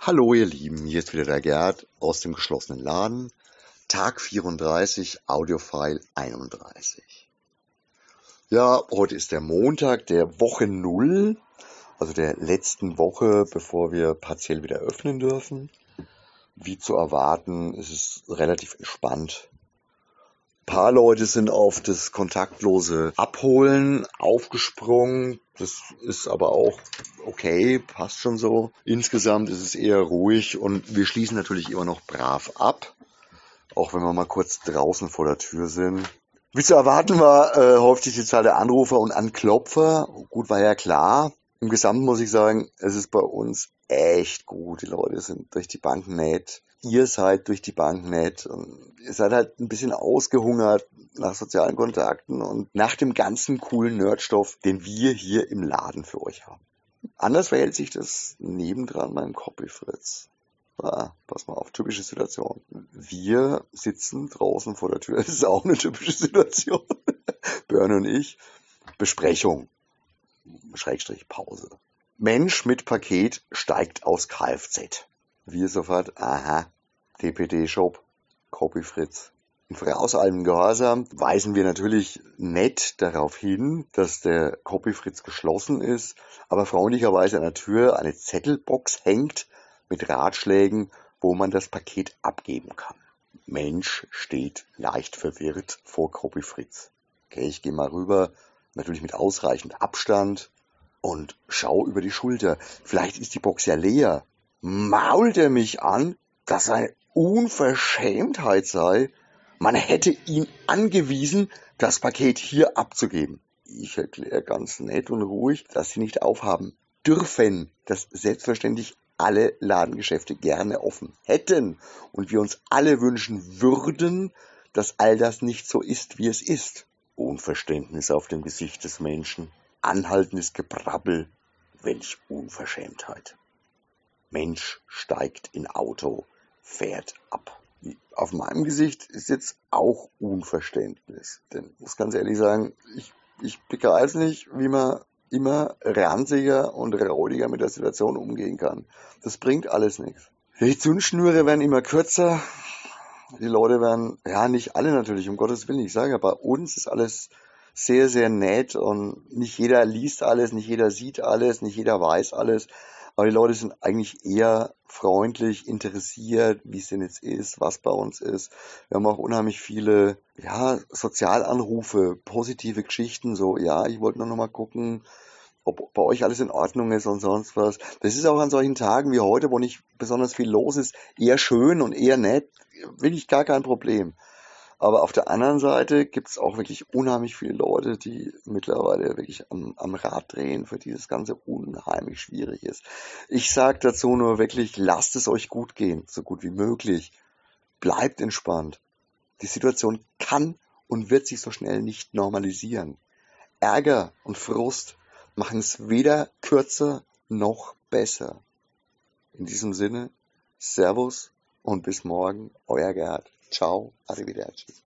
Hallo ihr Lieben, hier ist wieder der Gerd aus dem geschlossenen Laden. Tag 34, Audiofile 31. Ja, heute ist der Montag der Woche 0, also der letzten Woche, bevor wir partiell wieder öffnen dürfen. Wie zu erwarten, ist es relativ entspannt. Ein paar Leute sind auf das kontaktlose Abholen aufgesprungen. Das ist aber auch okay, passt schon so. Insgesamt ist es eher ruhig und wir schließen natürlich immer noch brav ab, auch wenn wir mal kurz draußen vor der Tür sind. Wie zu erwarten war, häuft sich die Zahl der Anrufer und Anklopfer. Gut, war ja klar. Im Gesamten muss ich sagen, es ist bei uns echt gut. Die Leute sind durch die Bank nett. Ihr seid durch die Bank nett. Und ihr seid halt ein bisschen ausgehungert nach sozialen Kontakten und nach dem ganzen coolen Nerdstoff, den wir hier im Laden für euch haben. Anders verhält sich das nebendran beim Copy Fritz. Pass mal auf, typische Situation. Wir sitzen draußen vor der Tür. Das ist auch eine typische Situation. Börne und ich. Besprechung. Schrägstrich Pause. Mensch mit Paket steigt aus Kfz. Wir sofort, aha, DPD-Shop, Copy Fritz. In vorauseilendem Gehorsam weisen wir natürlich nett darauf hin, dass der Copy Fritz geschlossen ist, aber freundlicherweise an der Tür eine Zettelbox hängt mit Ratschlägen, wo man das Paket abgeben kann. Mensch steht leicht verwirrt vor Copy Fritz. Okay, ich gehe mal rüber, natürlich mit ausreichend Abstand und schau über die Schulter. Vielleicht ist die Box ja leer. Mault er mich an, dass eine Unverschämtheit sei? Man hätte ihn angewiesen, das Paket hier abzugeben. Ich erkläre ganz nett und ruhig, dass sie nicht aufhaben dürfen, dass selbstverständlich alle Ladengeschäfte gerne offen hätten und wir uns alle wünschen würden, dass all das nicht so ist, wie es ist. Unverständnis auf dem Gesicht des Menschen, anhaltendes Gebrabbel, welch Unverschämtheit. Mensch steigt in Auto, fährt ab. Auf meinem Gesicht ist jetzt auch Unverständnis. Denn ich muss ganz ehrlich sagen, ich begreife nicht, wie man immer ranziger und raudiger mit der Situation umgehen kann. Das bringt alles nichts. Die Zündschnüre werden immer kürzer. Die Leute werden, ja nicht alle natürlich, um Gottes Willen. Ich sage ja, bei uns ist alles sehr, sehr nett und nicht jeder liest alles, nicht jeder sieht alles, nicht jeder weiß alles. Aber die Leute sind eigentlich eher freundlich, interessiert, wie es denn jetzt ist, was bei uns ist. Wir haben auch unheimlich viele, ja, Sozialanrufe, positive Geschichten, so, ja, ich wollte nur noch mal gucken, ob bei euch alles in Ordnung ist und sonst was. Das ist auch an solchen Tagen wie heute, wo nicht besonders viel los ist, eher schön und eher nett, wirklich gar kein Problem. Aber auf der anderen Seite gibt es auch wirklich unheimlich viele Leute, die mittlerweile wirklich am Rad drehen, für die das Ganze unheimlich schwierig ist. Ich sage dazu nur wirklich, lasst es euch gut gehen, so gut wie möglich. Bleibt entspannt. Die Situation kann und wird sich so schnell nicht normalisieren. Ärger und Frust machen es weder kürzer noch besser. In diesem Sinne, Servus und bis morgen, euer Gerd. Ciao, arrivederci.